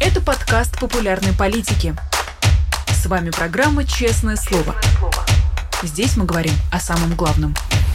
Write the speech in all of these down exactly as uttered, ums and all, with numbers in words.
Это подкаст популярной политики. С вами программа «Честное слово». Здесь мы говорим о самом главном.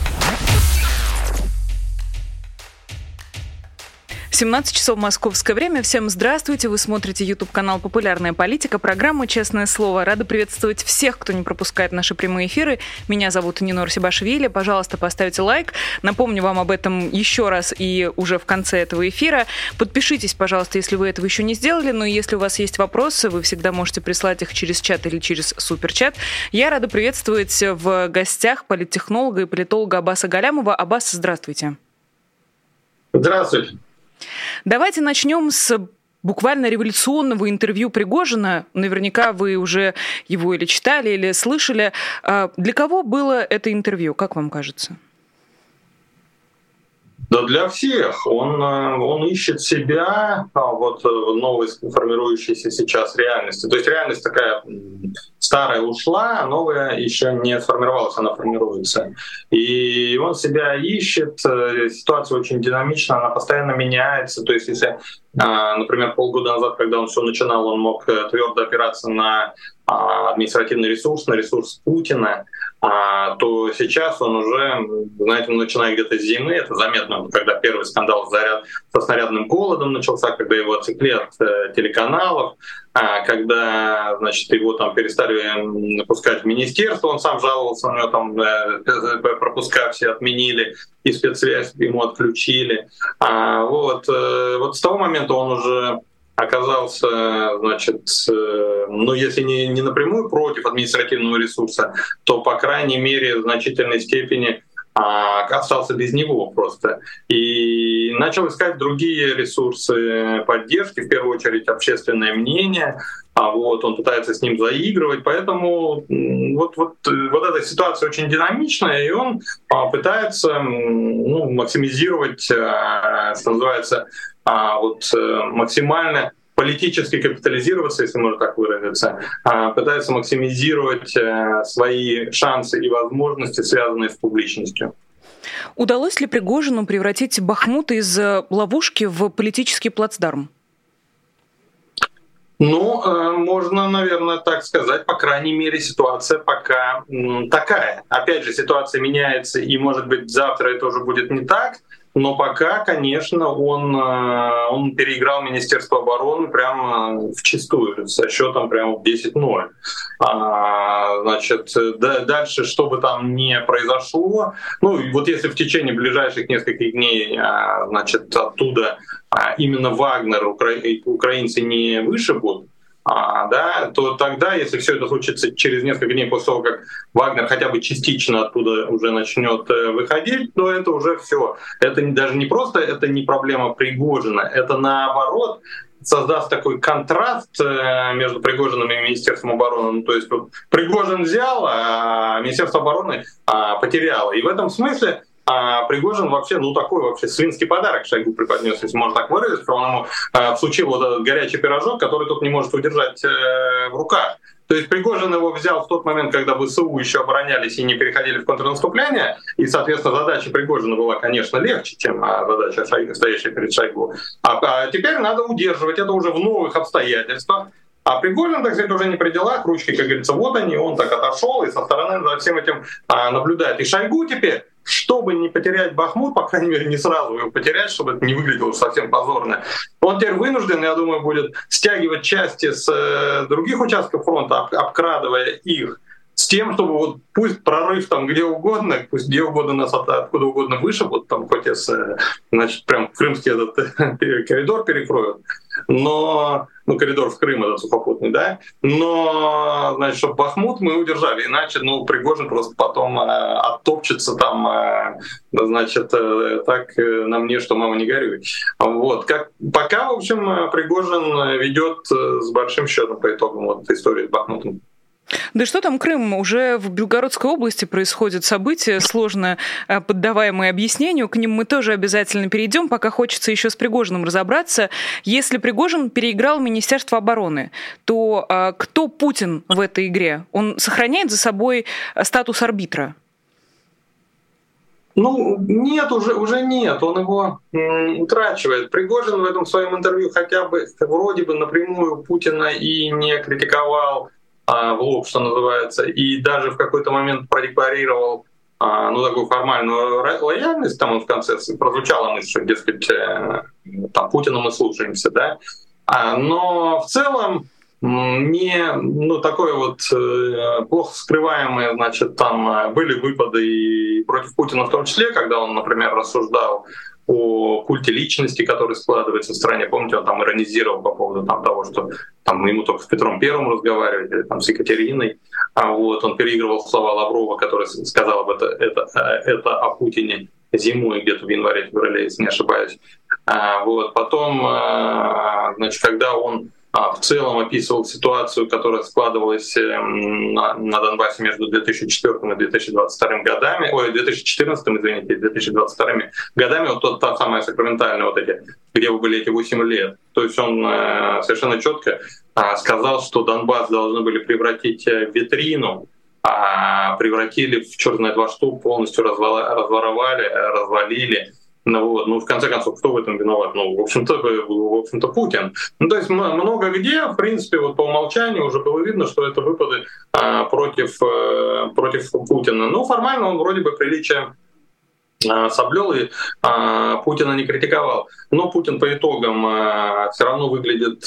семнадцать часов московское время. Всем здравствуйте. Вы смотрите YouTube-канал «Популярная политика», программа «Честное слово». Рада приветствовать всех, кто не пропускает наши прямые эфиры. Меня зовут Нинор Сибашвили. Пожалуйста, поставьте лайк. Напомню вам об этом еще раз и уже в конце этого эфира. Подпишитесь, пожалуйста, если вы этого еще не сделали. Но если у вас есть вопросы, вы всегда можете прислать их через чат или через суперчат. Я рада приветствовать в гостях политтехнолога и политолога Аббаса Галямова. Аббас, здравствуйте. Здравствуйте. Давайте начнем с буквально революционного интервью Пригожина. Наверняка вы уже его или читали, или слышали. Для кого было это интервью, как вам кажется? Да для всех. Он, он ищет себя вот, в новой формирующейся сейчас реальности. То есть реальность такая старая ушла, а новая еще не сформировалась, она формируется. И он себя ищет, ситуация очень динамична, она постоянно меняется. То есть если, например, полгода назад, когда он все начинал, он мог твердо опираться на административный ресурс, на ресурс Путина, то сейчас он уже, знаете, начиная где-то с зимы, это заметно, когда первый скандал со снарядным голодом начался, когда его отцепли от телеканалов, когда, значит, его там перестали пускать в министерство, он сам жаловался, у него там пропуска все отменили, и спецсвязь ему отключили. Вот, вот с того момента он уже оказался, значит, ну, если не, не напрямую против административного ресурса, то, по крайней мере, в значительной степени а, остался без него просто. И начал искать другие ресурсы поддержки, в первую очередь общественное мнение, а вот он пытается с ним заигрывать, поэтому вот, вот, вот эта ситуация очень динамичная, и он а, пытается ну, максимизировать, а, что называется, а, вот, максимально политически капитализироваться, если можно так выразиться, а, пытается максимизировать а, свои шансы и возможности, связанные с публичностью. Удалось ли Пригожину превратить Бахмут из ловушки в политический плацдарм? Ну, можно, наверное, так сказать. По крайней мере, ситуация пока такая. Опять же, ситуация меняется, и, может быть, завтра это уже будет не так. Но пока, конечно, он, он переиграл Министерство обороны прямо вчистую, со счетом прямо десять ноль. А, значит, да, дальше, что бы там ни произошло, ну, вот если в течение ближайших нескольких дней, а, значит, оттуда а, именно Вагнер укра... украинцы не вышибут, А, да, то тогда, если все это случится через несколько дней после того, как Вагнер хотя бы частично оттуда уже начнет выходить, то это уже все. Это даже не просто это не проблема Пригожина, это наоборот создаст такой контраст между Пригожиным и Министерством обороны. Ну, то есть вот, Пригожин взял, а Министерство обороны а, потеряло. И в этом смысле А Пригожин вообще, ну такой вообще свинский подарок Шойгу преподнес, если можно так выразиться, он ему э, всучил вот этот горячий пирожок, который тот не может удержать э, в руках. То есть Пригожин его взял в тот момент, когда ВСУ еще оборонялись и не переходили в контрнаступление, и, соответственно, задача Пригожина была, конечно, легче, чем задача, стоящая перед Шойгу. А, а теперь надо удерживать это уже в новых обстоятельствах. А Пригожин, так сказать, уже не при делах, ручки, как говорится, вот они, он так отошел и со стороны за всем этим а, наблюдает. И Шойгу теперь, чтобы не потерять Бахмут, по крайней мере, не сразу его потерять, чтобы это не выглядело совсем позорно, он теперь вынужден, я думаю, будет стягивать части с э, других участков фронта, об, обкрадывая их, с тем, чтобы вот пусть прорыв там где угодно, пусть где угодно нас от, откуда угодно вышибут, там хоть из, значит, прям крымский этот коридор перекроют, но, ну, коридор в Крым этот сухопутный, да, но, значит, чтобы Бахмут мы удержали, иначе, ну, Пригожин просто потом э, оттопчется там, э, значит, э, так э, на мне, что мама не горюй. Вот, как, пока, в общем, Пригожин ведет э, с большим счетом по итогам вот этой истории с Бахмутом. Да что там Крым? Уже в Белгородской области происходят события, сложно поддаваемые объяснению. К ним мы тоже обязательно перейдем, пока хочется еще с Пригожиным разобраться. Если Пригожин переиграл Министерство обороны, то а, кто Путин в этой игре? Он сохраняет за собой статус арбитра? Ну, нет, уже, уже нет, он его м, утрачивает. Пригожин в этом своем интервью хотя бы вроде бы напрямую Путина и не критиковал а, в лоб, что называется, и даже в какой-то момент продекларировал а, ну, такую формальную лояльность, там он в конце прозвучала мысль, что, дескать, э, там, Путина мы слушаемся, да, а, но в целом не, ну, такое вот э, плохо скрываемое, значит, там были выпады и против Путина в том числе, когда он, например, рассуждал о культе личности, который складывается в стране. Помните, он там иронизировал по поводу там, того, что там, ему только с Петром Первым разговаривать, или там, с Екатериной. А вот он переигрывал слова Лаврова, который сказал об это, это, это о Путине зимой, где-то в январе-феврале, если не ошибаюсь. А вот потом, значит, когда он в целом описывал ситуацию, которая складывалась на, на Донбассе между две тысячи четвёртым и две тысячи двадцать вторым годами, ой, две тысячи четырнадцатым, извините, две тысячи двадцать вторым годами, вот тот, та самая сакраментальная, вот эти, где вы были эти восемь лет. То есть он э, совершенно четко э, сказал, что Донбасс должны были превратить в витрину, а превратили в черт знает во что, полностью развала, разворовали, развалили. Ну, вот. Ну, в конце концов, кто в этом виноват? Ну, в общем-то, в общем-то, Путин. Ну, то есть много где, в принципе, вот по умолчанию уже было видно, что это выпады а, против, а, против Путина. Ну, формально он вроде бы приличие а, соблюл и а, Путина не критиковал. Но Путин по итогам а, все равно выглядит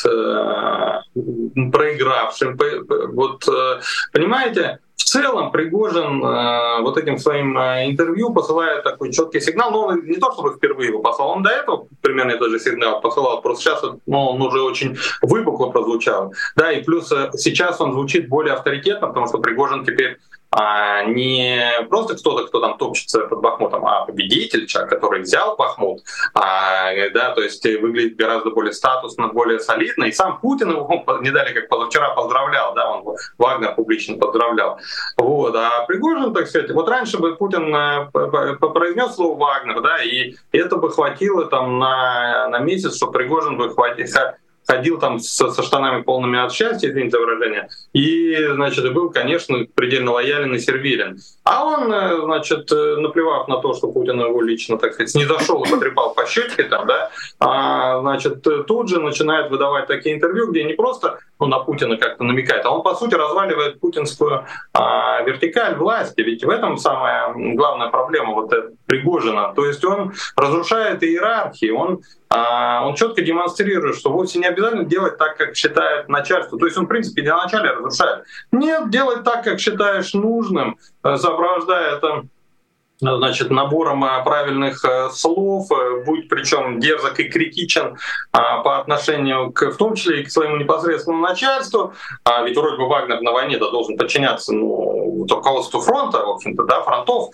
а, проигравшим. Вот, а, понимаете, в целом Пригожин э, вот этим своим э, интервью посылает такой четкий сигнал, но он не то чтобы впервые его послал, он до этого примерно этот же сигнал посылал, просто сейчас ну, он уже очень выпукло прозвучал. Да, и плюс э, сейчас он звучит более авторитетно, потому что Пригожин теперь а не просто кто-то, кто там топчется под Бахмутом, а победитель, человек, который взял Бахмут, а, да, то есть выглядит гораздо более статусно, более солидно. И сам Путин его не далее, как позавчера, поздравлял, да, он Вагнер публично поздравлял. Вот. А Пригожин, так сказать, вот раньше бы Путин произнес слово «Вагнер», да, и это бы хватило там на, на месяц, что Пригожин бы хватил, ходил там со, со штанами полными от счастья, извините за выражение, и, значит, и был, конечно, предельно лоялен и сервилен. А он, значит, наплевав на то, что Путин его лично, так сказать, снизошел и потрепал по щечке там, да, а, значит, тут же начинает выдавать такие интервью, где не просто ну, на Путина как-то намекает, а он, по сути, разваливает путинскую а, вертикаль власти. Ведь в этом самая главная проблема вот Пригожина. То есть он разрушает иерархии, он А он четко демонстрирует, что вовсе не обязательно делать так, как считает начальство. То есть он, в принципе, для начала разрушает. Нет, делать так, как считаешь нужным, сопровождая это значит, набором правильных слов, будь причем дерзок и критичен по отношению к, в том числе и к своему непосредственному начальству. А ведь вроде бы Вагнер на войне да, должен подчиняться ну, руководству фронта, в общем-то, да, фронтов,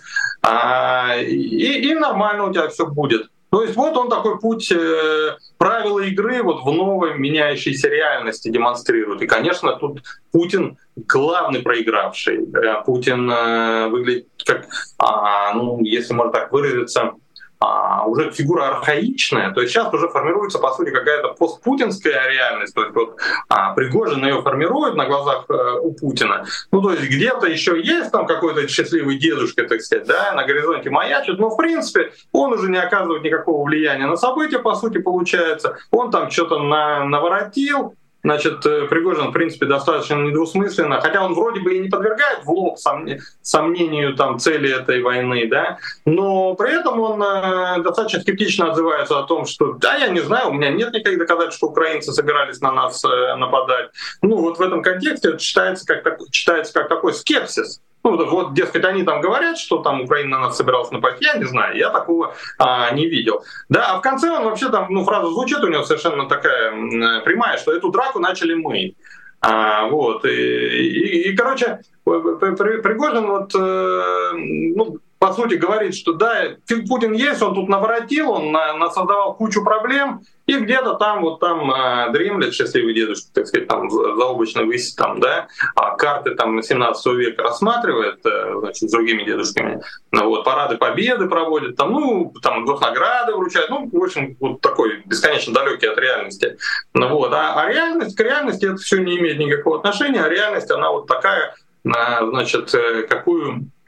а, и, и нормально у тебя все будет. То есть вот он такой путь э, правила игры вот в новой меняющейся реальности демонстрирует. И, конечно, тут Путин главный проигравший. Путин э, выглядит как, а, ну, если можно так выразиться, а, уже фигура архаичная. То есть сейчас уже формируется, по сути, какая-то постпутинская реальность. То есть вот а, Пригожин ее формирует на глазах а, у Путина. Ну, то есть где-то еще есть там какой-то счастливый дедушка, так сказать, да, на горизонте маячит, но, в принципе, он уже не оказывает никакого влияния на события, по сути, получается. Он там что-то на, наворотил. Значит, Пригожин, в принципе, достаточно недвусмысленно, хотя он вроде бы и не подвергает в лоб сомнению там, цели этой войны, да, но при этом он э, достаточно скептично отзывается о том, что да, я не знаю, у меня нет никаких доказательств, что украинцы собирались на нас э, нападать. Ну вот в этом контексте это читается как, читается как такой скепсис. Ну, вот, дескать, они там говорят, что там Украина на нас собиралась напасть, я не знаю, я такого а, не видел. Да, а в конце он вообще там, ну, фраза звучит у него совершенно такая м, прямая, что эту драку начали мы. А, вот, и, и, и, короче, Пригожин вот, э, ну, по сути, говорит, что да, Путин есть, он тут наворотил, он насоздавал кучу проблем, и где-то там вот там э, дремлет счастливый дедушка, так сказать, там за заоблачной выси, там, да, а карты там семнадцатого века рассматривает, э, значит, с другими дедушками, ну, вот, парады победы проводит, там, ну, там, госнаграды вручают, ну, в общем, вот такой бесконечно далекий от реальности. Ну, вот, а, а реальность, к реальности это все не имеет никакого отношения, а реальность, она вот такая, э, значит, э, какую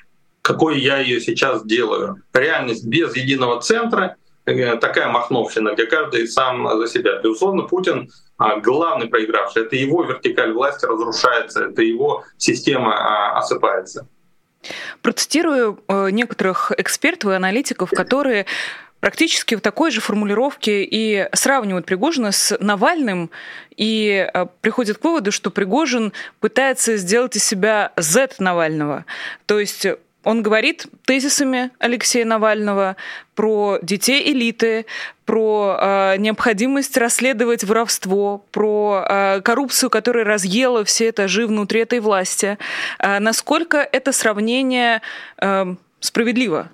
какой я ее сейчас делаю. Реальность без единого центра, такая махновщина, где каждый сам за себя. Безусловно, Путин главный проигравший. Это его вертикаль власти разрушается, это его система осыпается. Процитирую некоторых экспертов и аналитиков, которые практически в такой же формулировке и сравнивают Пригожина с Навальным и приходят к выводу, что Пригожин пытается сделать из себя зет Навального. То есть он говорит тезисами Алексея Навального про детей элиты, про э, необходимость расследовать воровство, про э, коррупцию, которая разъела все этажи внутри этой власти. Э, насколько это сравнение э, справедливо?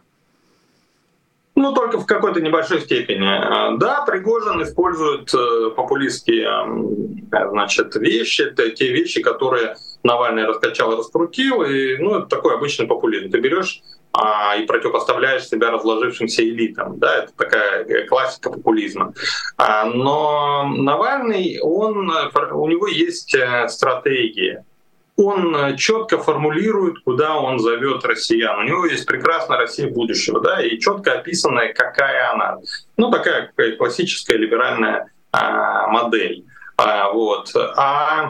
Ну, только в какой-то небольшой степени. Да, Пригожин использует популистские, значит, вещи, те вещи, которые Навальный раскачал и раскрутил, и, ну, это такой обычный популизм. Ты берешь а, и противопоставляешь себя разложившимся элитам. Да, это такая классика популизма. А, но Навальный, он, у него есть стратегия. Он четко формулирует, куда он зовет россиян. У него есть прекрасная Россия будущего, да, и четко описанная, какая она. Ну, такая классическая либеральная а, модель. А, вот. А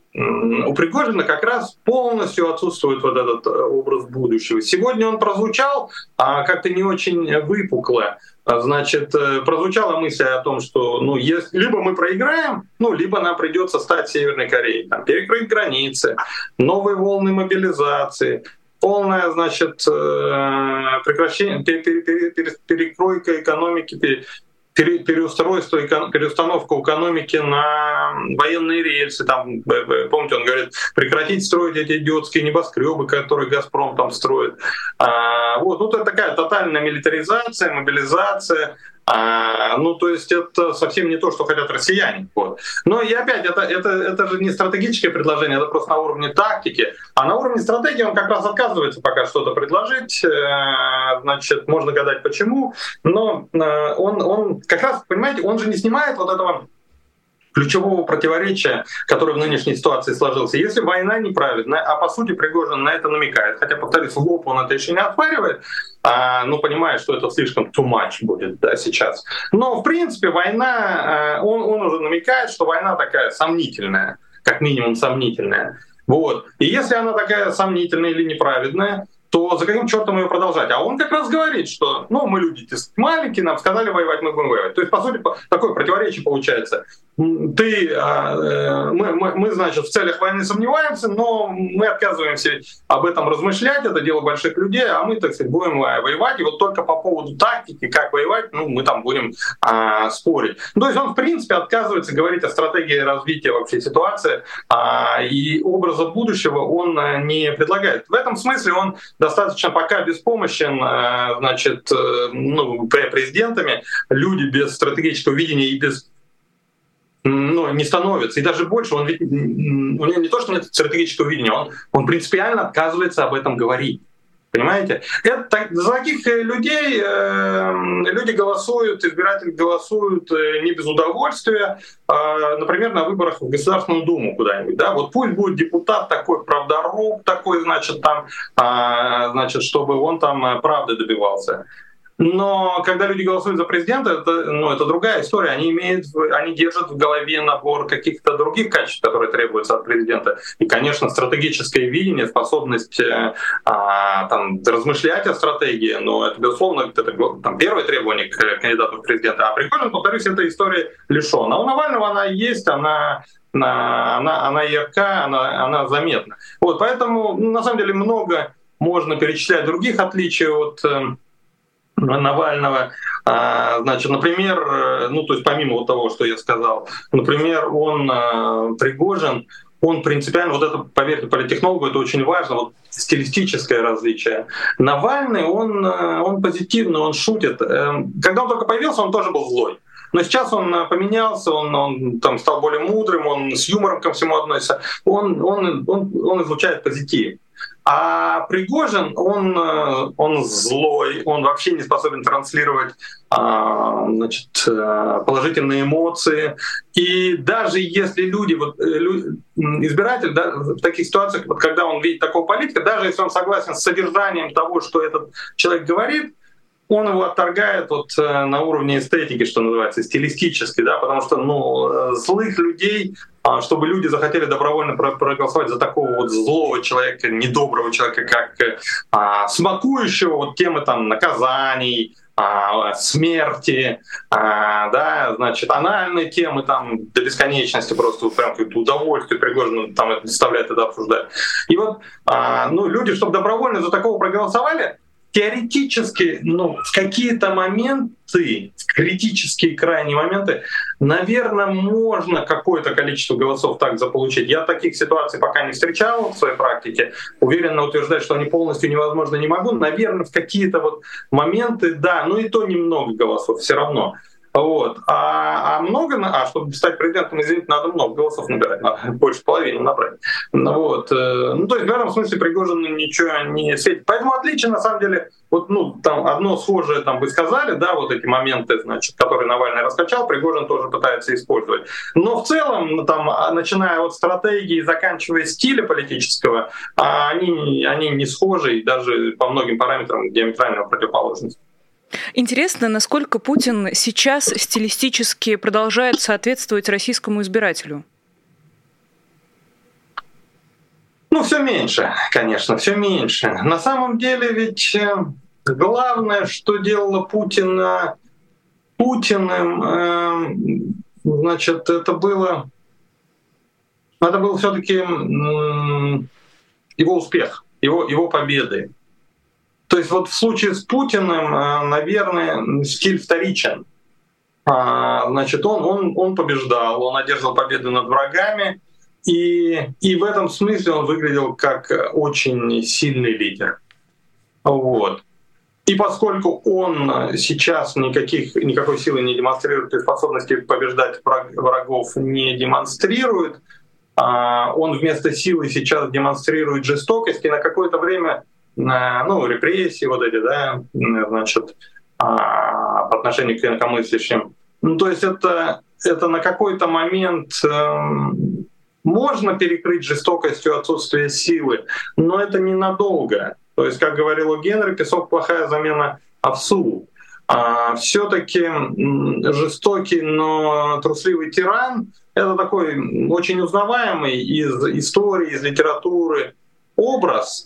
у Пригожина как раз полностью отсутствует вот этот образ будущего. Сегодня он прозвучал а, как-то не очень выпукло. Значит, прозвучала мысль о том, что ну, если, либо мы проиграем, ну, либо нам придется стать Северной Кореей, там, перекрыть границы, новые волны мобилизации, полная, значит, прекращение, перекройка экономики, переустройство, переустановка экономики на военные рельсы. Там, помните, он говорит, прекратить строить эти идиотские небоскребы, которые «Газпром» там строит. А, вот, ну, это такая тотальная милитаризация, мобилизация. А, ну, то есть это совсем не то, что хотят россияне. Вот. Но и опять, это, это, это же не стратегическое предложение, это просто на уровне тактики. А на уровне стратегии он как раз отказывается пока что-то предложить. Значит, можно гадать почему. Но он, он как раз, понимаете, он же не снимает вот этого ключевого противоречия, которое в нынешней ситуации сложился. Если война неправедная, а по сути Пригожин на это намекает, хотя, повторюсь, в лоб он это еще не оспаривает, а, ну, понимает, что это слишком too much будет, да, сейчас. Но, в принципе, война, он, он уже намекает, что война такая сомнительная, как минимум сомнительная. Вот. И если она такая сомнительная или неправедная, то за каким чертом ее продолжать? А он как раз говорит, что ну, мы люди маленькие, нам сказали воевать, мы будем воевать. То есть, по сути, такое противоречие получается. Ты, мы, мы, мы, значит, в целях войны сомневаемся, но мы отказываемся об этом размышлять, это дело больших людей, а мы, так сказать, будем воевать. И вот только по поводу тактики, как воевать, ну, мы там будем а, спорить. То есть он, в принципе, отказывается говорить о стратегии развития вообще ситуации, а, и образа будущего он не предлагает. В этом смысле он достаточно пока беспомощен, значит, ну, президентами. Люди без стратегического видения и без ну, не становятся. И даже больше, он ведь, у него не то, что нет стратегического видения, он, он принципиально отказывается об этом говорить. Понимаете? Это, так, за таких людей э, люди голосуют, избиратели голосуют э, не без удовольствия, э, например, на выборах в Государственную Думу куда-нибудь. Да? Вот пусть будет депутат такой правдоруб, такой, значит, там, э, значит, чтобы он там правды добивался. Но когда люди голосуют за президента, это, ну, это другая история. Они, имеют, они держат в голове набор каких-то других качеств, которые требуются от президента. И, конечно, стратегическое видение, способность а, там, размышлять о стратегии, но это, безусловно, это там, первое требование к кандидату в президента. А Пригожин, повторюсь, эта история лишёна. А у Навального она есть, она... Она, она ярка, она, она заметна. Вот, поэтому, ну, на самом деле, много можно перечислять других отличий от Навального. Значит, например, ну, то есть помимо вот того, что я сказал, например, он, Пригожин, он принципиально, вот это, поверьте, политтехнологу, это очень важно, вот стилистическое различие. Навальный, он, он позитивный, он шутит. Когда он только появился, он тоже был злой. Но сейчас он поменялся, он, он там стал более мудрым, он с юмором ко всему относится, он, он, он, он излучает позитив. А Пригожин, он, он злой, он вообще не способен транслировать значит, положительные эмоции. И даже если люди, вот, избиратель, да, в таких ситуациях, вот, когда он видит такого политика, даже если он согласен с содержанием того, что этот человек говорит, он его отторгает вот на уровне эстетики, что называется, стилистически, да, потому что ну, злых людей, чтобы люди захотели добровольно проголосовать за такого вот злого человека, недоброго человека, как а, смакующего вот темы там наказаний, а, смерти, а, да, значит, анальные темы там до бесконечности, просто вот прям какое-то удовольствие Пригожин там это доставляет, это обсуждать. И вот а, ну, люди, чтобы добровольно за такого проголосовали, теоретически, ну, в какие-то моменты, в критические крайние моменты, наверное, можно какое-то количество голосов так заполучить. Я таких ситуаций пока не встречал в своей практике. Уверенно утверждать, что они полностью невозможно, не могу. Наверное, в какие-то вот моменты, да, но и то немного голосов все равно. Вот. А, а много, а чтобы стать президентом, извините, надо много голосов набирать, надо больше половины набрать. Вот. Ну, то есть в этом смысле Пригожину ничего не светит. Поэтому отличие, на самом деле, вот, ну, там одно схожее, там, вы сказали, да, вот эти моменты, значит, которые Навальный раскачал, Пригожин тоже пытается использовать. Но в целом, ну, там, начиная от стратегии и заканчивая стиля политического, они, они не схожи и даже по многим параметрам диаметрально противоположны. Интересно, насколько Путин сейчас стилистически продолжает соответствовать российскому избирателю? Ну, все меньше, конечно, все меньше. На самом деле ведь главное, что делало Путина Путиным, э, значит, это было, это был все-таки э, его успех, его, его победы. То есть вот в случае с Путиным, наверное, стиль вторичен. Значит, он, он, он побеждал, он одержал победы над врагами, и, и в этом смысле он выглядел как очень сильный лидер. Вот. И поскольку он сейчас никаких, никакой силы не демонстрирует и способности побеждать врагов не демонстрирует, он вместо силы сейчас демонстрирует жестокость, и на какое-то время ну, репрессии вот эти, да, значит, по отношению к инакомыслящим. Ну, то есть это, это на какой-то момент э, можно перекрыть жестокостью отсутствие силы, но это ненадолго. То есть, как говорил у Генри, песок — плохая замена овсу. А все-таки жестокий, но трусливый тиран — это такой очень узнаваемый из истории, из литературы образ,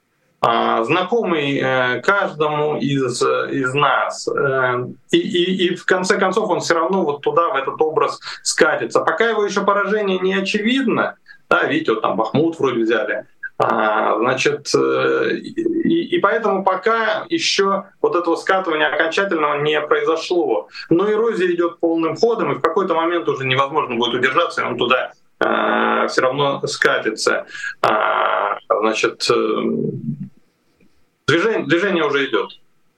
знакомый каждому из, из нас. И, и, и в конце концов он все равно вот туда, в этот образ скатится. Пока его еще поражение не очевидно, да, видите, вот там Бахмут вроде взяли, а, значит, и, и поэтому пока еще вот этого скатывания окончательного не произошло. Но эрозия идет полным ходом, и в какой-то момент уже невозможно будет удержаться, и он туда а, все равно скатится. А, значит, Движение, движение уже идет.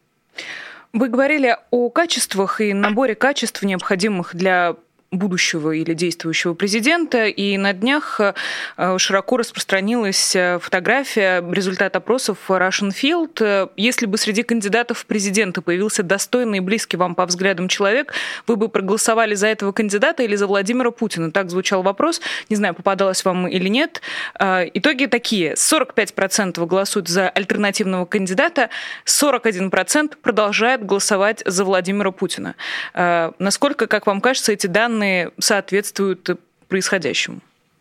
Вы говорили о качествах и наборе качеств, необходимых для будущего или действующего президента, и на днях широко распространилась фотография, результат опросов Russian Field. Если бы среди кандидатов в президенты появился достойный и близкий вам по взглядам человек, вы бы проголосовали за этого кандидата или за Владимира Путина? Так звучал вопрос. Не знаю, попадалось вам или нет. Итоги такие. сорок пять процентов голосуют за альтернативного кандидата, сорок один процент продолжает голосовать за Владимира Путина. Насколько, как вам кажется, эти данные соответствуют происходящему?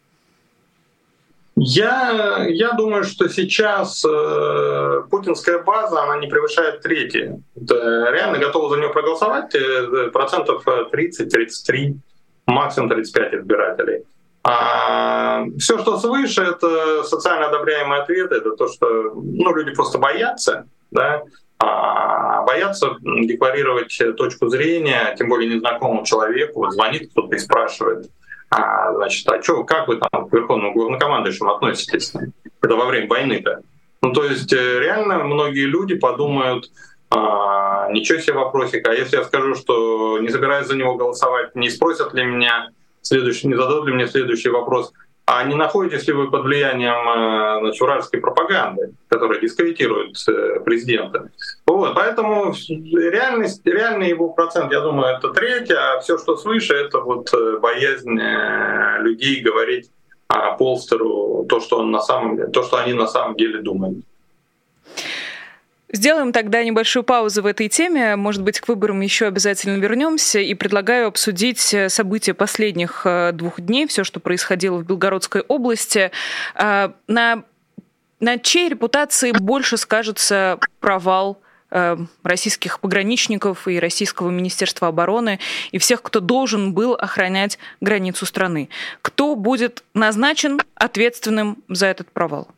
Я, я думаю, что сейчас э, путинская база, она не превышает трети. Это реально готовы за нее проголосовать э, процентов тридцать-тридцать три, максимум тридцать пять избирателей. А все, что свыше, это социально одобряемые ответы, это то, что ну, люди просто боятся, да, а боятся декларировать точку зрения, тем более незнакомому человеку. Вот звонит кто-то и спрашивает, а, значит, а что, как вы там к верховному главнокомандующему относитесь? Это во время войны-то. Ну, то есть реально многие люди подумают, а, ничего себе вопросик, а если я скажу, что не собираюсь за него голосовать, не спросят ли меня следующий, не зададут ли мне следующий вопрос, А не находитесь ли вы под влиянием, значит, вражеской пропаганды, которая дискредитирует президента? Вот, поэтому реальность, реальный его процент, я думаю, это треть, а все, что свыше, это вот боязнь людей говорить Полстеру то, что он на самом деле, то, что они на самом деле думают. Сделаем тогда небольшую паузу в этой теме. Может быть, к выборам еще обязательно вернемся. И предлагаю обсудить события последних двух дней, все, что происходило в Белгородской области. На, на чьей репутации больше скажется провал российских пограничников и российского Министерства обороны и всех, кто должен был охранять границу страны? Кто будет назначен ответственным за этот провал?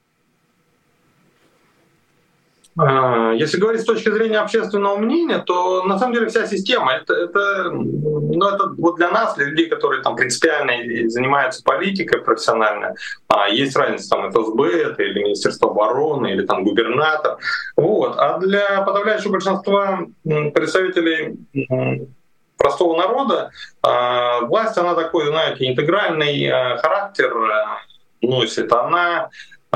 Если говорить с точки зрения общественного мнения, то на самом деле вся система это, это, ну, это вот для нас, для людей, которые там принципиально занимаются политикой профессионально, есть разница, там это эф эс бэ, это или Министерство обороны, или там губернатор. Вот. А для подавляющего большинства представителей простого народа власть, она такой, знаете, интегральный характер носит. Она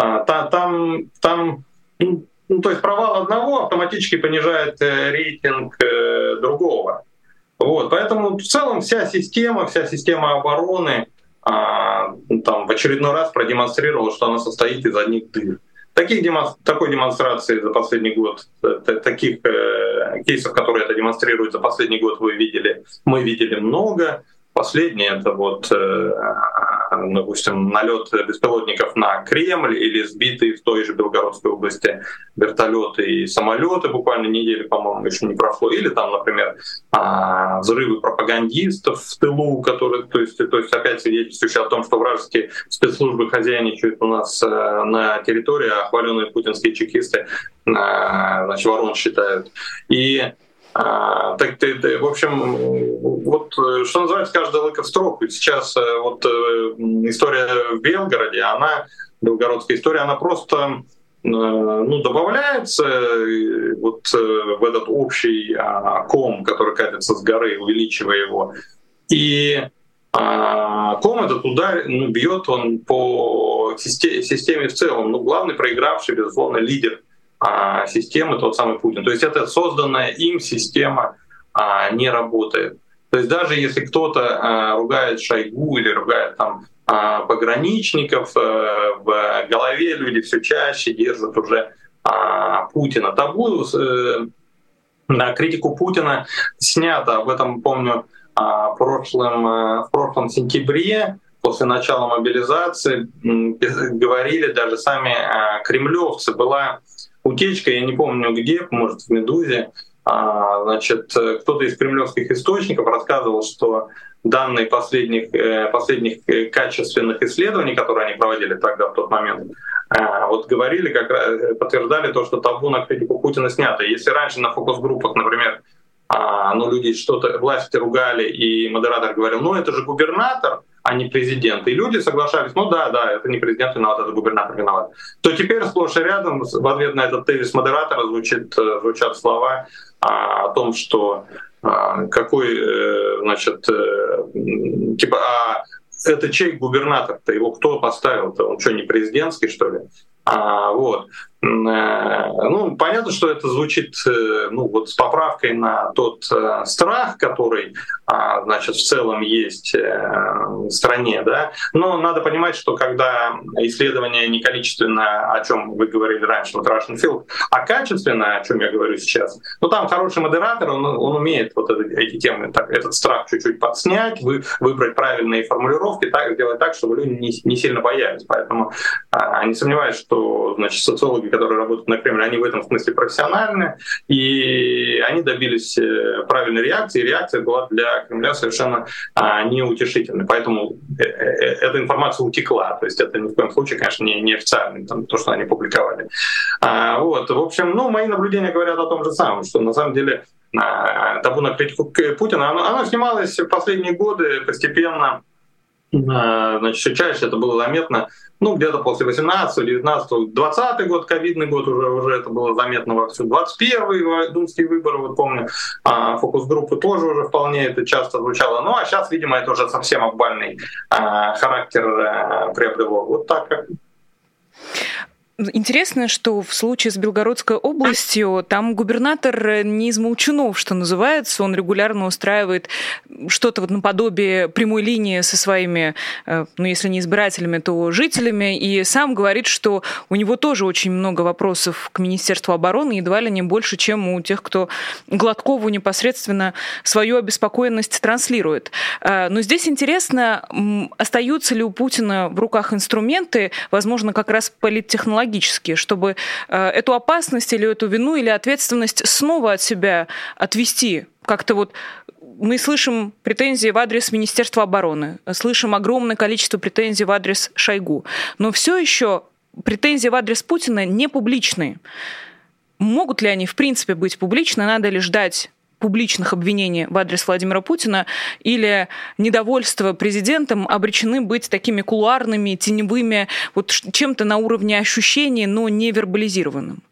там, там Ну, то есть провал одного автоматически понижает рейтинг другого. Вот. Поэтому в целом вся система, вся система обороны а, там, в очередной раз продемонстрировала, что она состоит из одних дыр. Таких демонстр... Такой демонстрации за последний год, таких э, кейсов, которые это демонстрируют за последний год, вы видели, мы видели много. Последний — это вот, э, допустим, налет беспилотников на Кремль или сбитые в той же Белгородской области вертолеты и самолеты, буквально недели, по-моему, еще не прошло. Или там, например, э, взрывы пропагандистов в тылу, которые, то есть, то есть опять свидетельствующие о том, что вражеские спецслужбы хозяйничают у нас э, на территории, а хваленые путинские чекисты, э, значит, ворон считают. И А, так, в общем, вот что называется, каждый лыка в строку. Сейчас вот история в Белгороде, она, белгородская история, она просто ну, добавляется вот в этот общий ком, который катится с горы, увеличивая его. И ком этот удар, ну, бьет он по системе в целом. Ну, главный проигравший, безусловно, лидер системы, тот самый Путин. То есть это созданная им система а, не работает. То есть даже если кто-то а, ругает Шойгу или ругает там а, пограничников, а, в голове люди все чаще держат уже а, Путина. Табу э, на критику Путина снято. Об этом помню а, прошлым, а, в прошлом сентябре. После начала мобилизации говорили даже сами а, кремлевцы. Была утечка, я не помню где, может в «Медузе», а, значит, кто-то из кремлевских источников рассказывал, что данные последних, последних качественных исследований, которые они проводили тогда, в тот момент, вот говорили, как раз подтверждали то, что табу на критику Путина снято. Если раньше на фокус-группах, например, ну, люди что-то, власти ругали, и модератор говорил, ну это же губернатор, а не президент. И люди соглашались, ну да, да, это не президент виноват, это губернатор виноват. То теперь сплошь и рядом в ответ на этот тезис модератора звучит, звучат слова а, о том, что а, какой, значит, типа, а это чей губернатор-то? Его кто поставил-то? Он что, не президентский, что ли? А, вот. Ну, понятно, что это звучит, ну, вот с поправкой на тот э, страх, который, э, значит, в целом есть э, в стране, да. Но надо понимать, что когда исследование не количественное, о чем вы говорили раньше, вот Russian Field, а качественное, о чем я говорю сейчас, ну, там хороший модератор, он, он умеет вот это, эти темы, так, этот страх чуть-чуть подснять, вы, выбрать правильные формулировки, так, сделать так, чтобы люди не, не сильно боялись. Поэтому э, не сомневаюсь, что, значит, социологи, которые работают на Кремле, они в этом смысле профессиональны, и они добились правильной реакции, и реакция была для Кремля совершенно а, неутешительной. Поэтому э- э- эта информация утекла, то есть это ни в коем случае, конечно, не, не официально, там, то, что они публиковали. А, вот, в общем, ну, мои наблюдения говорят о том же самом, что на самом деле а, табу на критику Путина, оно, оно снималось в последние годы постепенно. Значит, все чаще это было заметно, ну, где-то после восемнадцатого, девятнадцатого, двадцатый год, ковидный год, уже, уже это было заметно вовсю. двадцать первый думские выборы, вот помню, фокус-группы тоже уже вполне это часто звучало. Ну, а сейчас, видимо, это уже совсем обвальный а, характер а, приобрело. Вот так как. Интересно, что в случае с Белгородской областью там губернатор не из молчунов, что называется, он регулярно устраивает что-то вот наподобие прямой линии со своими, ну, если не избирателями, то жителями, и сам говорит, что у него тоже очень много вопросов к Министерству обороны, едва ли не больше, чем у тех, кто Гладкову непосредственно свою обеспокоенность транслирует. Но здесь интересно, остаются ли у Путина в руках инструменты, возможно, как раз политтехнологические, чтобы э, эту опасность или эту вину или ответственность снова от себя отвести. Как-то вот мы слышим претензии в адрес Министерства обороны, слышим огромное количество претензий в адрес Шойгу, но все еще претензии в адрес Путина не публичные. Могут ли они в принципе быть публичны? Надо ли ждать публичных обвинений в адрес Владимира Путина, или недовольство президентом обречены быть такими кулуарными, теневыми, вот чем-то на уровне ощущений, но не вербализированным?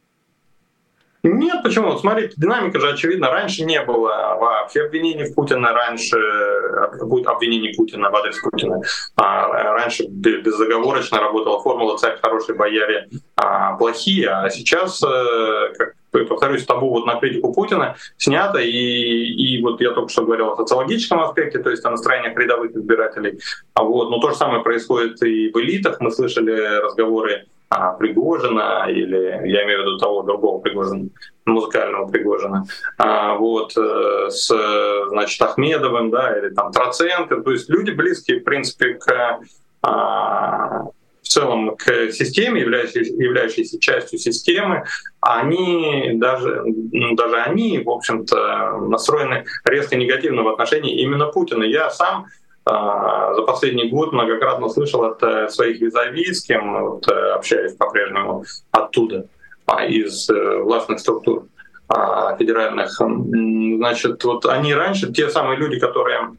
Нет, почему? Смотрите, динамика же очевидна. Раньше не было вообще обвинений в Путина, раньше обвинений Путина в адрес Путина. А раньше безоговорочно работала формула «царь хороший, бояре а, плохие», а сейчас, как повторюсь, табу вот на критику Путина снято, и, и вот я только что говорил о социологическом аспекте, то есть о настроениях рядовых избирателей. А вот, но то же самое происходит и в элитах. Мы слышали разговоры а, Пригожина, или я имею в виду того другого Пригожина, музыкального Пригожина, а, вот, с, значит, Ахмедовым, да, или там Троценко, то есть люди близкие, в принципе, к а, в целом к системе, являющейся, являющейся частью системы, они даже, ну, даже они, в общем-то, настроены резко негативно в отношении именно Путина. Я сам э, за последний год многократно слышал от э, своих визави, с кем вот, э, общаюсь по-прежнему оттуда, э, из э, властных структур э, федеральных. Значит, вот они раньше, те самые люди, которые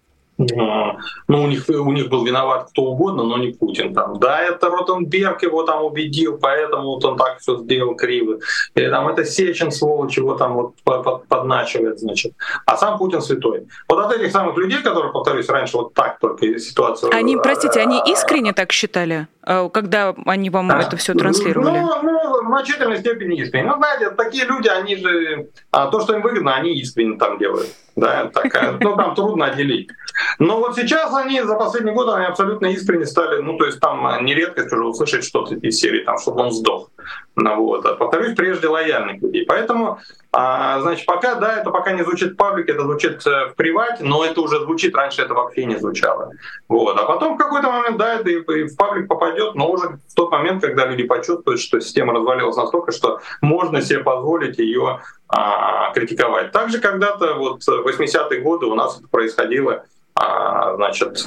ну, у них, у них был виноват кто угодно, но не Путин. Там, да, это Ротенберг его там убедил, поэтому вот он так все сделал криво. Или там это Сечин, сволочь, его там вот подначивает, значит. А сам Путин святой. Вот от этих самых людей, которые, повторюсь, раньше вот так только ситуацию... Они, простите, они искренне так считали, когда они вам а, это все транслировали? Ну, ну, в значительной степени искренне. Ну, знаете, такие люди, они же... А то, что им выгодно, они искренне там делают. Да, такая, ну, там трудно отделить. Но вот сейчас они, за последний год, они абсолютно искренне стали, ну, то есть там не редкость уже услышать что-то из серии, там, чтобы он сдох. Ну, вот. А, повторюсь, прежде лояльных людей. Поэтому, а, значит, пока, да, это пока не звучит в паблике, это звучит в привате, но это уже звучит, раньше это вообще не звучало. Вот. А потом в какой-то момент, да, это и в паблик попадет, но уже в тот момент, когда люди почувствуют, что система развалилась настолько, что можно себе позволить ее а, критиковать. Также когда-то вот в восьмидесятые годы у нас это происходило, а, значит,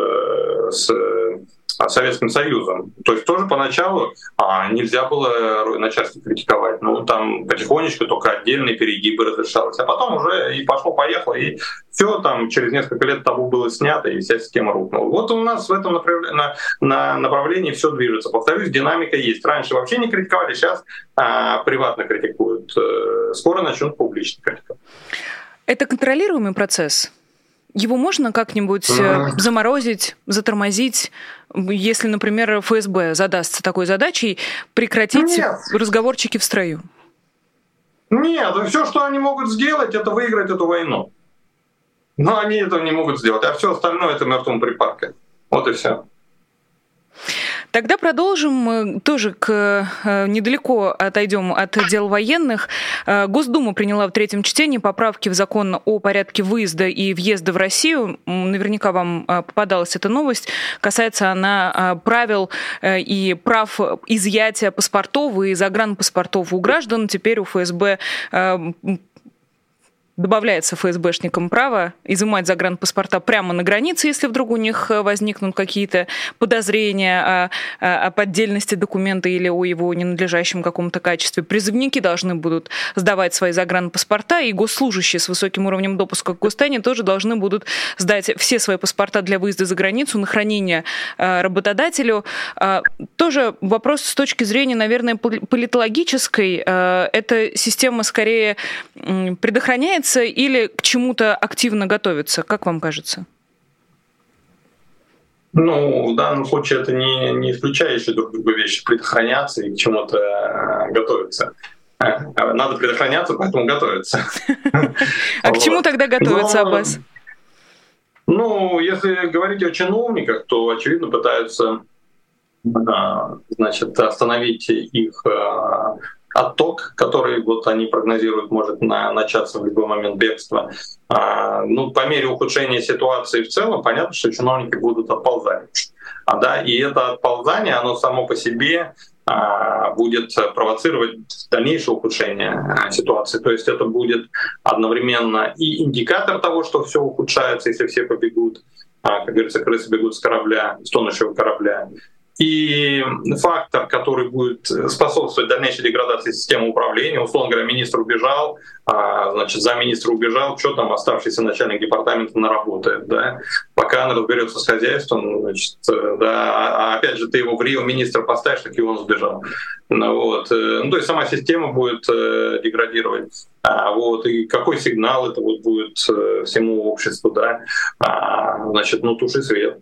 с Советским Союзом. То есть тоже поначалу а, нельзя было начальство критиковать. Ну, там потихонечку только отдельные перегибы разрешалось. А потом уже и пошло-поехало, и все там через несколько лет табу было снято, и вся система рухнула. Вот у нас в этом направлении, на, на направлении все движется. Повторюсь, динамика есть. Раньше вообще не критиковали, сейчас а, приватно критикуют. Скоро начнут публично критиковать. Это контролируемый процесс? Его можно как-нибудь заморозить, затормозить, если, например, эф эс бэ задастся такой задачей прекратить Нет. разговорчики в строю? Нет, все, что они могут сделать, это выиграть эту войну. Но они этого не могут сделать, а все остальное — это мертвым припарком. Вот и все. Тогда продолжим, тоже к, недалеко отойдем от дел военных. Госдума приняла в третьем чтении поправки в закон о порядке выезда и въезда в Россию. Наверняка вам попадалась эта новость. Касается она правил и прав изъятия паспортов и загранпаспортов у граждан. Теперь у эф эс бэ добавляется ФСБшникам право изымать загранпаспорта прямо на границе, если вдруг у них возникнут какие-то подозрения о, о поддельности документа или о его ненадлежащем каком-то качестве. Призывники должны будут сдавать свои загранпаспорта, и госслужащие с высоким уровнем допуска к гостайне тоже должны будут сдать все свои паспорта для выезда за границу на хранение работодателю. Тоже вопрос с точки зрения, наверное, политологической. Эта система скорее предохраняется или к чему-то активно готовится? Как вам кажется? Ну, в данном случае это не, не исключающие друг друга вещи. Предохраняться и к чему-то готовиться. Надо предохраняться, поэтому готовиться. А к чему тогда готовиться, Аббас? Ну, если говорить о чиновниках, то, очевидно, пытаются, значит, остановить их отток, который вот они прогнозируют, может на, начаться в любой момент бегства. А, ну, по мере ухудшения ситуации в целом, понятно, что чиновники будут отползать. А, да, и это отползание, оно само по себе а, будет провоцировать дальнейшее ухудшение а, ситуации. То есть это будет одновременно и индикатор того, что все ухудшается, если все побегут, а, как говорится, крысы бегут с корабля, с тонущего корабля. И фактор, который будет способствовать дальнейшей деградации системы управления, условно говоря, министр убежал, значит, замминистра убежал, что там оставшийся начальник департамента наработает, да? Пока он разберется с хозяйством, значит, да, а опять же ты его в Рио министра поставишь, так и он сбежал. Ну, вот. Ну, то есть сама система будет деградировать. А, вот, и какой сигнал это вот будет всему обществу, да? А, значит, ну туши свет.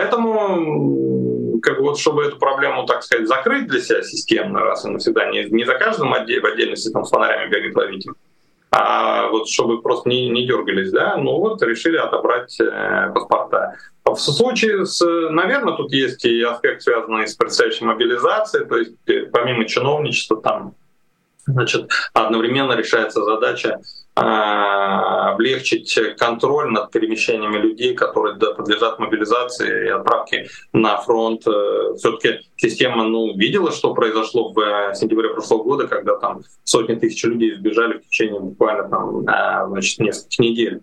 Поэтому, как вот, чтобы эту проблему, так сказать, закрыть для себя системно, раз и навсегда, не, не за каждым отдель, в отдельности там с фонарями бегать ловить, а вот чтобы просто не, не дергались, да, ну вот решили отобрать э, паспорта. В случае с, наверное, тут есть и аспект, связанный с предстоящей мобилизацией, то есть помимо чиновничества там, значит, одновременно решается задача э, облегчить контроль над перемещениями людей, которые да, подлежат мобилизации и отправке на фронт. Все-таки система, ну, видела, что произошло в сентябре прошлого года, когда там сотни тысяч людей сбежали в течение буквально там, э, значит, нескольких недель.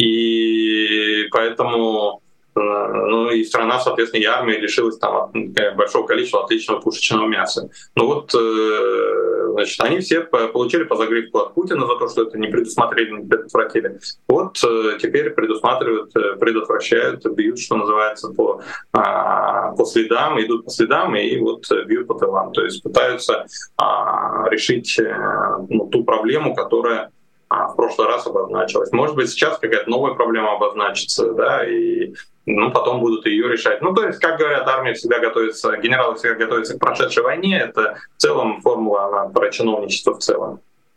И поэтому ну и страна, соответственно, и армия лишилась там большого количества отличного пушечного мяса. Ну вот, значит, они все получили по загривку от Путина за то, что это не предусмотрели, не предотвратили. Вот теперь предусматривают, предотвращают, бьют, что называется, по, по следам, идут по следам и вот бьют по тылам. То есть пытаются решить ну, ту проблему, которая в прошлый раз обозначилась. Может быть, сейчас какая-то новая проблема обозначится, да, и ну, потом будут ее решать. Ну, то есть, как говорят, армия всегда готовится, генералы всегда готовятся к прошедшей войне. Это в целом формула, она про чиновничество в целом.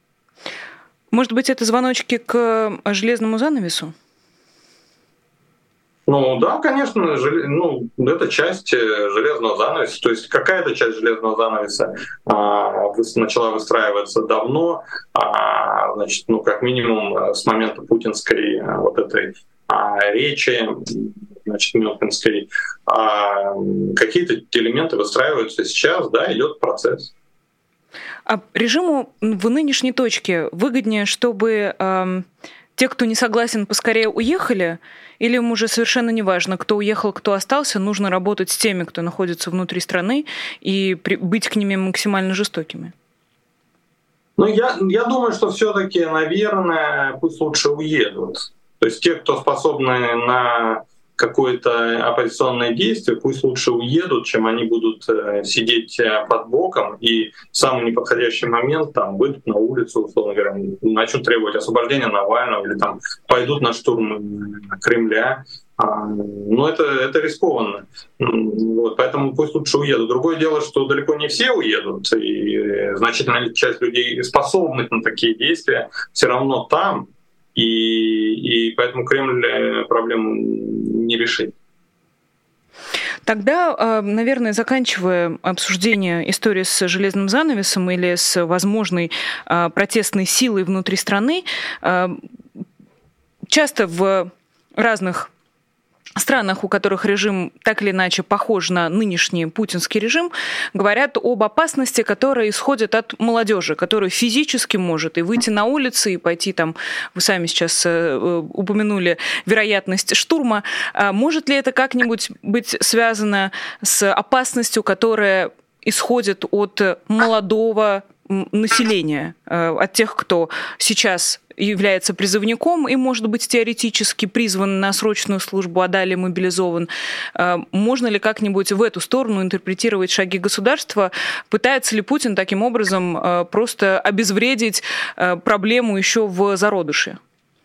Может быть, это звоночки к железному занавесу? Ну да, конечно, жел... ну, это часть железного занавеса. То есть какая-то часть железного занавеса а, начала выстраиваться давно, а, значит, ну как минимум с момента путинской вот этой а, речи, значит, мюнхенской. А, какие-то элементы выстраиваются сейчас, да, идет процесс. А режиму в нынешней точке выгоднее, чтобы э, те, кто не согласен, поскорее уехали, или им уже совершенно не важно, кто уехал, кто остался, нужно работать с теми, кто находится внутри страны, и при, быть к ним максимально жестокими? Ну, я, я думаю, что все-таки, наверное, пусть лучше уедут. То есть те, кто способны на какое-то оппозиционное действие, пусть лучше уедут, чем они будут сидеть под боком и в самый неподходящий момент там выйдут на улицу, условно говоря, начнут требовать освобождения Навального или там пойдут на штурм Кремля. Но это, это рискованно. Вот, поэтому пусть лучше уедут. Другое дело, что далеко не все уедут, и значительная часть людей, способных на такие действия, все равно там. И, и поэтому Кремль проблему не решит. Тогда, наверное, заканчивая обсуждение истории с железным занавесом или с возможной протестной силой внутри страны, часто в разных странах, у которых режим так или иначе похож на нынешний путинский режим, говорят об опасности, которая исходит от молодежи, которая физически может и выйти на улицы, и пойти там, вы сами сейчас э, упомянули вероятность штурма. А может ли это как-нибудь быть связано с опасностью, которая исходит от молодого населения, э, от тех, кто сейчас является призывником и, может быть, теоретически призван на срочную службу, а далее мобилизован. Можно ли как-нибудь в эту сторону интерпретировать шаги государства? Пытается ли Путин таким образом просто обезвредить проблему еще в зародыше?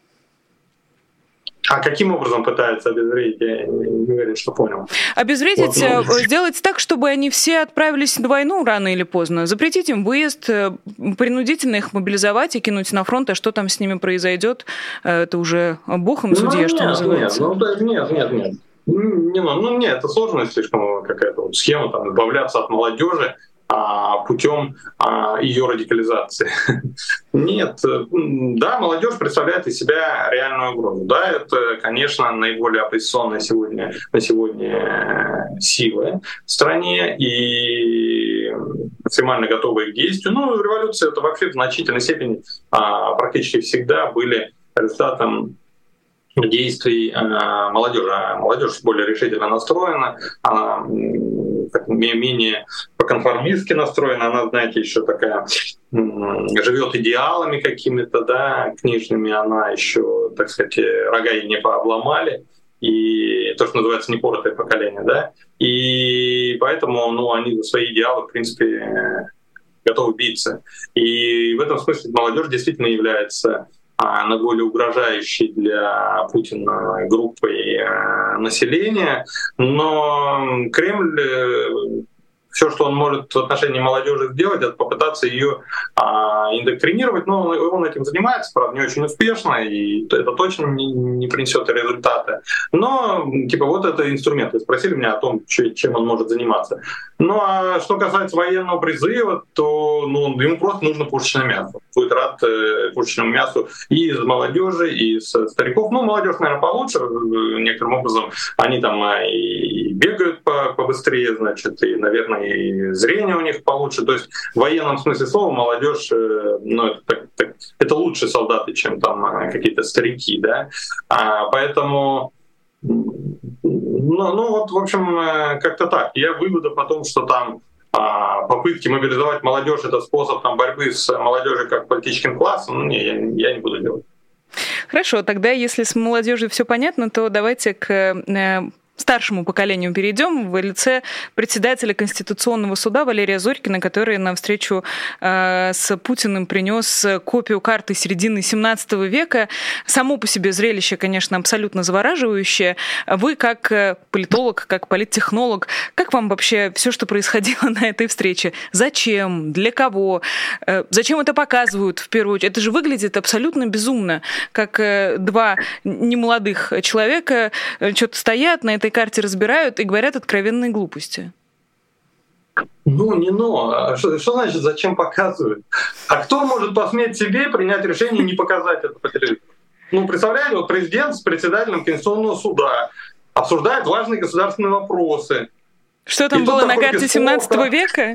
А каким образом пытаются обезвредить? Я не уверен, что понял. Обезвредить, вот, ну... сделать так, чтобы они все отправились на войну рано или поздно. Запретить им выезд, принудительно их мобилизовать и кинуть на фронт, а что там с ними произойдет, это уже бог им судья, ну, что нет, называется. Нет, ну, нет, нет, нет. Не, ну, нет, это сложная слишком какая-то вот схема, там, избавляться от молодежи путем ее радикализации. Нет, да, молодежь представляет из себя реальную угрозу. Да, это, конечно, наиболее оппозиционная сегодня, на сегодня сила в стране и максимально готовые к действию. Ну, революции это вообще в значительной степени практически всегда были результатом действий молодежи. Молодежь более решительно настроена, она менее по-конформистски настроена, она, знаете, еще такая живет идеалами какими-то, да, книжными, она еще, так сказать, рога ей не пообломали, и то, что называется непоротое поколение, да, и поэтому, ну, они за свои идеалы, в принципе, готовы биться. И в этом смысле молодежь действительно является наиболее угрожающей для Путина группой населения. Но Кремль, все, что он может в отношении молодежи сделать, это попытаться ее а, индоктринировать. Но он этим занимается, правда, не очень успешно, и это точно не, не принесет результата. Но, типа, вот это инструмент. Вы спросили меня о том, чем он может заниматься. Ну, а что касается военного призыва, то ну, ему просто нужно пушечное мясо. Будет рад э, пушечному мясу и из молодежи, и из стариков. Ну, молодежь, наверное, получше. Некоторым образом они там и бегают побыстрее, значит, и, наверное, и зрение у них получше. То есть в военном смысле слова молодежь, ну, это, так, так, это лучше солдаты, чем там какие-то старики, да. А, поэтому, ну, ну вот, в общем, как-то так. Я выводов о том, что там а, попытки мобилизовать молодежь — это способ там борьбы с молодежью как политическим классом, ну, не, я, я не буду делать. Хорошо, тогда если с молодежью все понятно, то давайте к старшему поколению перейдем в лице председателя Конституционного суда Валерия Зорькина, который на встречу э, с Путиным принес копию карты середины семнадцатого века. Само по себе зрелище, конечно, абсолютно завораживающее. Вы, как политолог, как политтехнолог, как вам вообще все, что происходило на этой встрече? Зачем? Для кого? Э, зачем это показывают в первую очередь? Это же выглядит абсолютно безумно, как э, два немолодых человека э, что-то стоят на этой карте, разбирают и говорят откровенные глупости. Ну, не но. Что, что значит, зачем показывают? А кто может посметь себе принять решение не показать это по телевизору? Ну, представляете, вот президент с председателем Конституционного суда обсуждает важные государственные вопросы. Что там и было на карте семнадцатого века?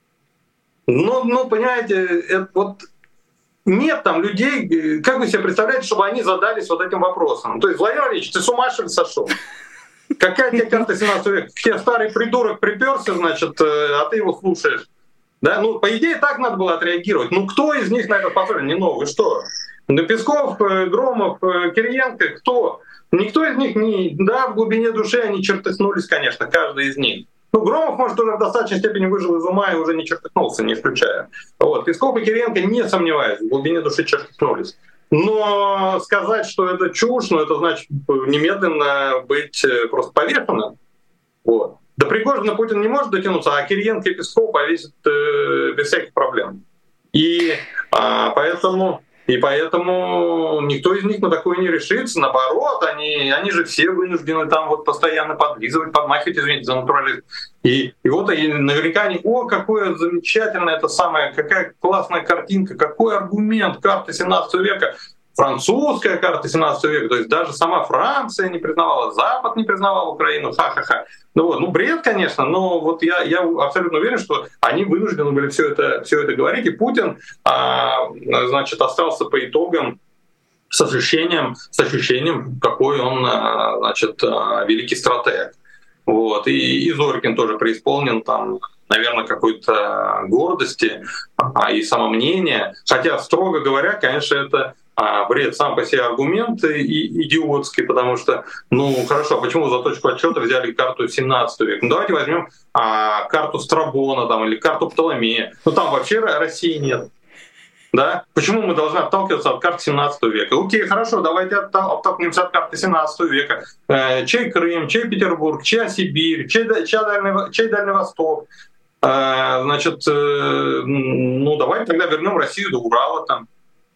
Ну, ну, понимаете, это вот нет там людей, как вы себе представляете, чтобы они задались вот этим вопросом? То есть, Владимир Владимирович, ты с ума что ли сошел? Какая тебе карта семнадцатого века? К тебе старый придурок приперся, значит, а ты его слушаешь. Да? Ну, по идее, так надо было отреагировать. Ну, кто из них на это способен? Не новый, что? Да Песков, Громов, Кириенко, кто? Никто из них не... Да, в глубине души они чертыхнулись, конечно, каждый из них. Ну, Громов, может, уже в достаточной степени выжил из ума и уже не чертыхнулся, не исключая. Вот. Песков и Кириенко, не сомневаюсь, в глубине души чертыхнулись. Но сказать, что это чушь, ну это значит немедленно быть просто повешенным. Вот. До Пригожина Путин не может дотянуться, а Кириенко и Песков повесят э, без всяких проблем. И а, поэтому... И поэтому никто из них на такое не решится. Наоборот, они, они же все вынуждены там вот постоянно подлизывать, подмахивать, извините за натурализм. И, и вот и наверняка они, о, какое замечательное это самое, какая классная картинка, какой аргумент, карта семнадцатого века. французская карта семнадцатого века, то есть даже сама Франция не признавала, Запад не признавал Украину, ха-ха-ха. Ну вот, ну бред, конечно, но вот я, я абсолютно уверен, что они вынуждены были все это, все это говорить, и Путин, а, значит, остался по итогам с ощущением, с ощущением, какой он, значит, великий стратег. Вот. И, и Зорькин тоже преисполнен там, наверное, какой-то гордости а, и самомнения. Хотя, строго говоря, конечно, это а, бред сам по себе аргумент и идиотский, потому что, ну хорошо, почему за точку отсчета взяли карту семнадцатого века? Ну давайте возьмем а, карту Страбона там, или карту Птоломея. Ну там вообще России нет. Да? Почему мы должны отталкиваться от карты семнадцатого века? Окей, хорошо, давайте оттолкнемся от карты семнадцатого века. Э, чей Крым, чей Петербург, чья Сибирь, чей, чей, Дальний, чей Дальний Восток? Э, значит, э, ну давайте тогда вернем Россию до Урала там.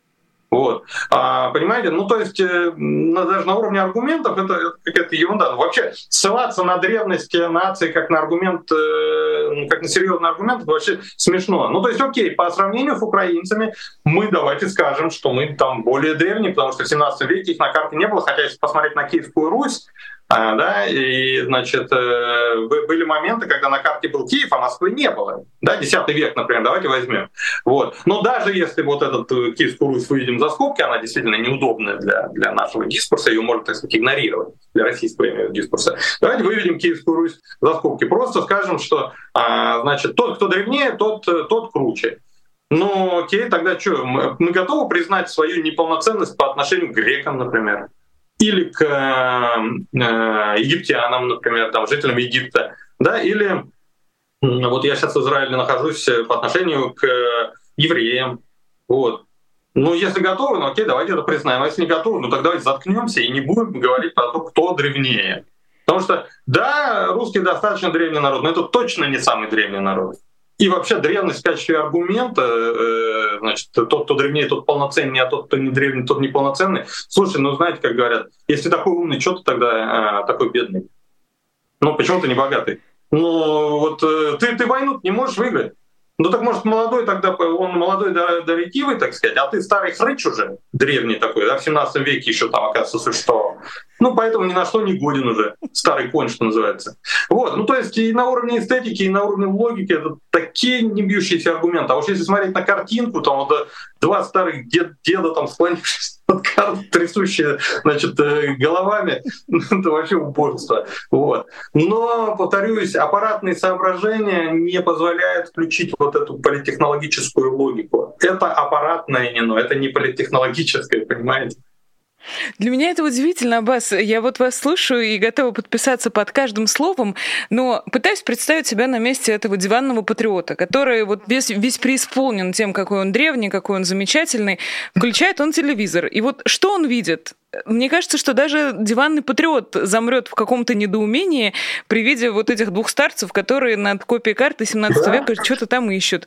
Вот. А, понимаете, ну то есть э, даже на уровне аргументов это, это какая-то ерунда. Вообще ссылаться на древность нации как на аргумент, э, как на серьезный аргумент, это вообще смешно. Ну то есть окей, по сравнению с украинцами мы давайте скажем, что мы там более древние, потому что в семнадцатом веке их на карте не было, хотя если посмотреть на Киевскую Русь, А, да, и, значит, э, были моменты, когда на карте был Киев, а Москвы не было. Да, десятый век, например, давайте возьмем. Вот. Но даже если вот этот Киевскую Русь выведем за скобки, она действительно неудобная для, для нашего дискурса, ее можно, так сказать, игнорировать, для российского именно дискурса. Давайте выведем Киевскую Русь за скобки. Просто скажем, что, а, значит, тот, кто древнее, тот, тот круче. Ну, окей, тогда что, мы, мы готовы признать свою неполноценность по отношению к грекам, например? Или к э, египтянам, например, там, жителям Египта, да, или вот я сейчас в Израиле нахожусь по отношению к евреям, вот. Ну, если готовы, ну окей, давайте это признаем, а если не готовы, ну тогда давайте заткнемся и не будем говорить про то, кто древнее. Потому что, да, русский достаточно древний народ, но это точно не самый древний народ. И вообще древность в качестве аргумента, э, значит, тот, кто древнее, тот полноценнее, а тот, кто не древний, тот неполноценный. Слушай, ну знаете, как говорят, если такой умный, что ты тогда э, такой бедный? Ну почему ты не богатый? Ну вот э, ты, ты войну не можешь выиграть. Ну так может молодой тогда, он молодой да, да ретивый, так сказать, а ты старый хрыч уже, древний такой, да, в семнадцатом веке еще там, оказывается, существовал. Ну поэтому ни на что не годен уже, старый конь, что называется. Вот, ну то есть и на уровне эстетики, и на уровне логики это такие не бьющиеся аргументы. А уж если смотреть на картинку, там вот два старых дед, деда там склонившись под карту, трясущие, значит, головами, это вообще убожество. Вот. Но, повторюсь, аппаратные соображения не позволяют включить вот эту политтехнологическую логику. Это аппаратное НИНО, это не политтехнологическое, понимаете? Для меня это удивительно, Аббас. Я вот вас слушаю и готова подписаться под каждым словом, но пытаюсь представить себя на месте этого диванного патриота, который вот весь, весь преисполнен тем, какой он древний, какой он замечательный. Включает он телевизор. И вот что он видит? Мне кажется, что даже диванный патриот замрет в каком-то недоумении при виде вот этих двух старцев, которые над копией карты семнадцатого века что-то там ищут.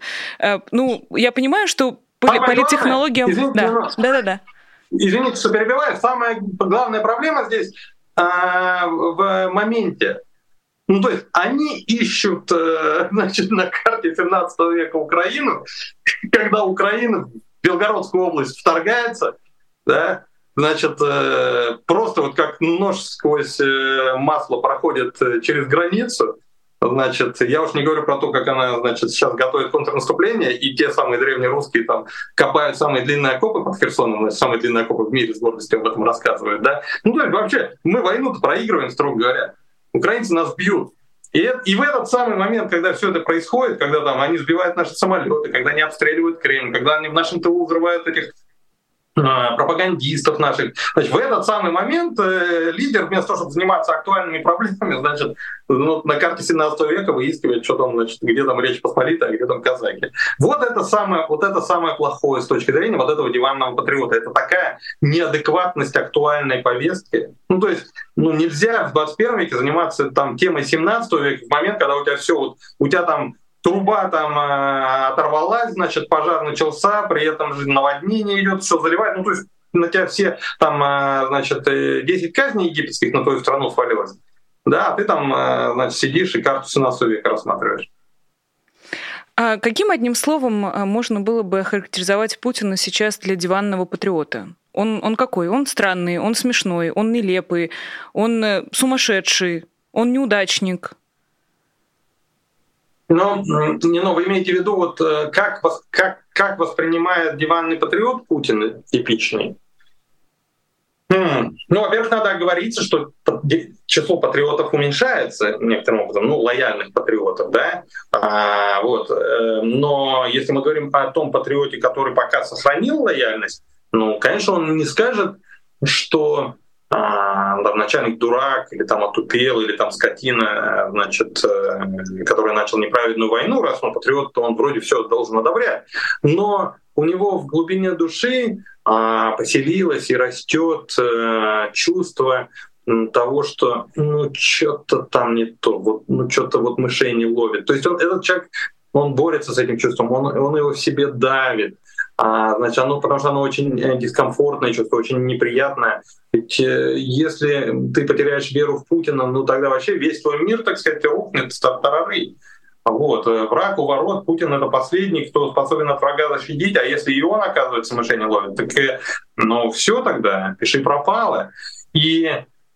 Ну, я понимаю, что политтехнологиям... Да, да-да-да. Извините, что перебиваю. Самая главная проблема здесь э, в моменте. Ну, то есть они ищут э, значит, на карте семнадцатого века Украину, когда Украина в Белгородскую область вторгается, да, значит, э, просто вот как нож сквозь э, масло проходит через границу. Значит, я уж не говорю про то, как она, значит, сейчас готовит контрнаступление, и те самые древние русские там копают самые длинные окопы под Херсоном, значит, самые длинные окопы в мире, с гордостью об этом рассказывают, да. Ну, то есть вообще мы войну-то проигрываем, строго говоря. Украинцы нас бьют. И, и в этот самый момент, когда все это происходит, когда там они сбивают наши самолеты, когда они обстреливают Кремль, когда они в нашем тылу взрывают этих пропагандистов наших. Значит, в этот самый момент э, лидер, вместо того, чтобы заниматься актуальными проблемами, значит, ну, на карте семнадцатого века выискивает, что там, значит, где там Речь Посполитая, а где там казаки. Вот это самое, вот это самое плохое с точки зрения вот этого диванного патриота. Это такая неадекватность актуальной повестки. Ну, то есть, ну, нельзя в двадцать первом веке заниматься там темой семнадцатого века в момент, когда у тебя все, вот, у тебя там труба там э, оторвалась, значит, пожар начался, при этом же наводнение идет, все заливает. Ну, то есть на тебя все там, э, значит, десять казней египетских на твою страну свалилось. Да, а ты там, э, значит, сидишь и карту семнадцатого века рассматриваешь. А каким одним словом можно было бы охарактеризовать Путина сейчас для диванного патриота? Он, он какой? Он странный, он смешной, он нелепый, он сумасшедший, он неудачник. Но, ну, вы имеете в виду, вот как, как, как воспринимает диванный патриот Путин типичный? Хм. Ну, во-первых, надо оговориться, что число патриотов уменьшается некоторым образом, ну, лояльных патриотов, да. А, вот. Но если мы говорим о том патриоте, который пока сохранил лояльность, ну, конечно, он не скажет, что а, там, начальник дурак, или там отупел, или там скотина, значит, который начал неправедную войну, раз он патриот, то он вроде все должен одобрять. Но у него в глубине души а, поселилось и растет а, чувство того, что ну что-то там не то, вот, ну что-то вот мышей не ловит. То есть он, этот человек, он борется с этим чувством, он, он его в себе давит. А, значит, оно, потому что оно очень дискомфортное чувство, очень неприятное. Ведь э, если ты потеряешь веру в Путина, ну тогда вообще весь твой мир, так сказать, рухнет в тартарары. Вот. Враг у ворот, Путин — это последний, кто способен от врага защитить, а если и он, оказывается, мышей не ловит, так ну все тогда, пиши пропало. И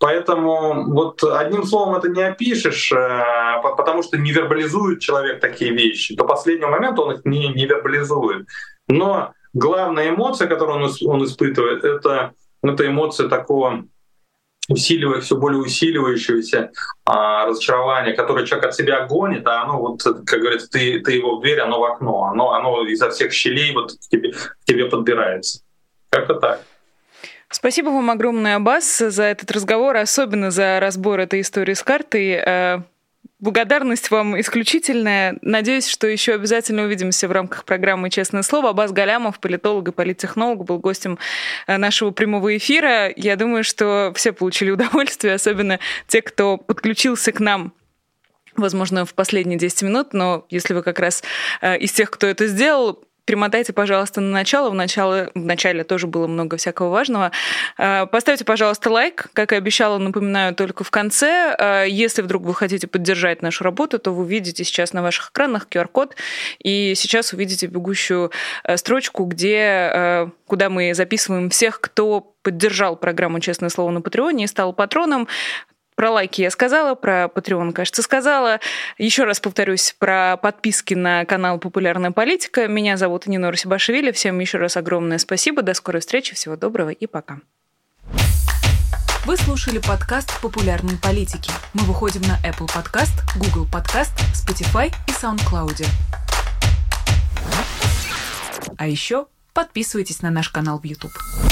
поэтому вот одним словом это не опишешь, потому что не вербализует человек такие вещи. До последнего момента он их не, не вербализует. Но главная эмоция, которую он, он испытывает, это, это эмоция такого усиливая, все более усиливающегося а, разочарования, которое человек от себя гонит, а оно, вот, как говорится, ты, ты его в дверь, оно в окно, оно, оно изо всех щелей вот к тебе, к тебе подбирается. Как-то так. Спасибо вам огромное, Аббас, за этот разговор, особенно за разбор этой истории с картой. Благодарность вам исключительная. Надеюсь, что еще обязательно увидимся в рамках программы «Честное слово». Аббас Галямов, политолог и политтехнолог, был гостем нашего прямого эфира. Я думаю, что все получили удовольствие, особенно те, кто подключился к нам, возможно, в последние десять минут. Но если вы как раз из тех, кто это сделал, перемотайте, пожалуйста, на начало. В начале, в начале тоже было много всякого важного. Поставьте, пожалуйста, лайк. Как и обещала, напоминаю, только в конце. Если вдруг вы хотите поддержать нашу работу, то вы видите сейчас на ваших экранах ку ар код, и сейчас увидите бегущую строчку, где, куда мы записываем всех, кто поддержал программу «Честное слово» на Патреоне и стал патроном. Про лайки я сказала, про Patreon, кажется, сказала. Еще раз повторюсь про подписки на канал «Популярная политика». Меня зовут Нинора Сибашвили. Всем еще раз огромное спасибо. До скорой встречи. Всего доброго и пока. Вы слушали подкаст «Популярной политики». Мы выходим на Apple Podcast, Google Podcast, Spotify и SoundCloud. А еще подписывайтесь на наш канал в YouTube.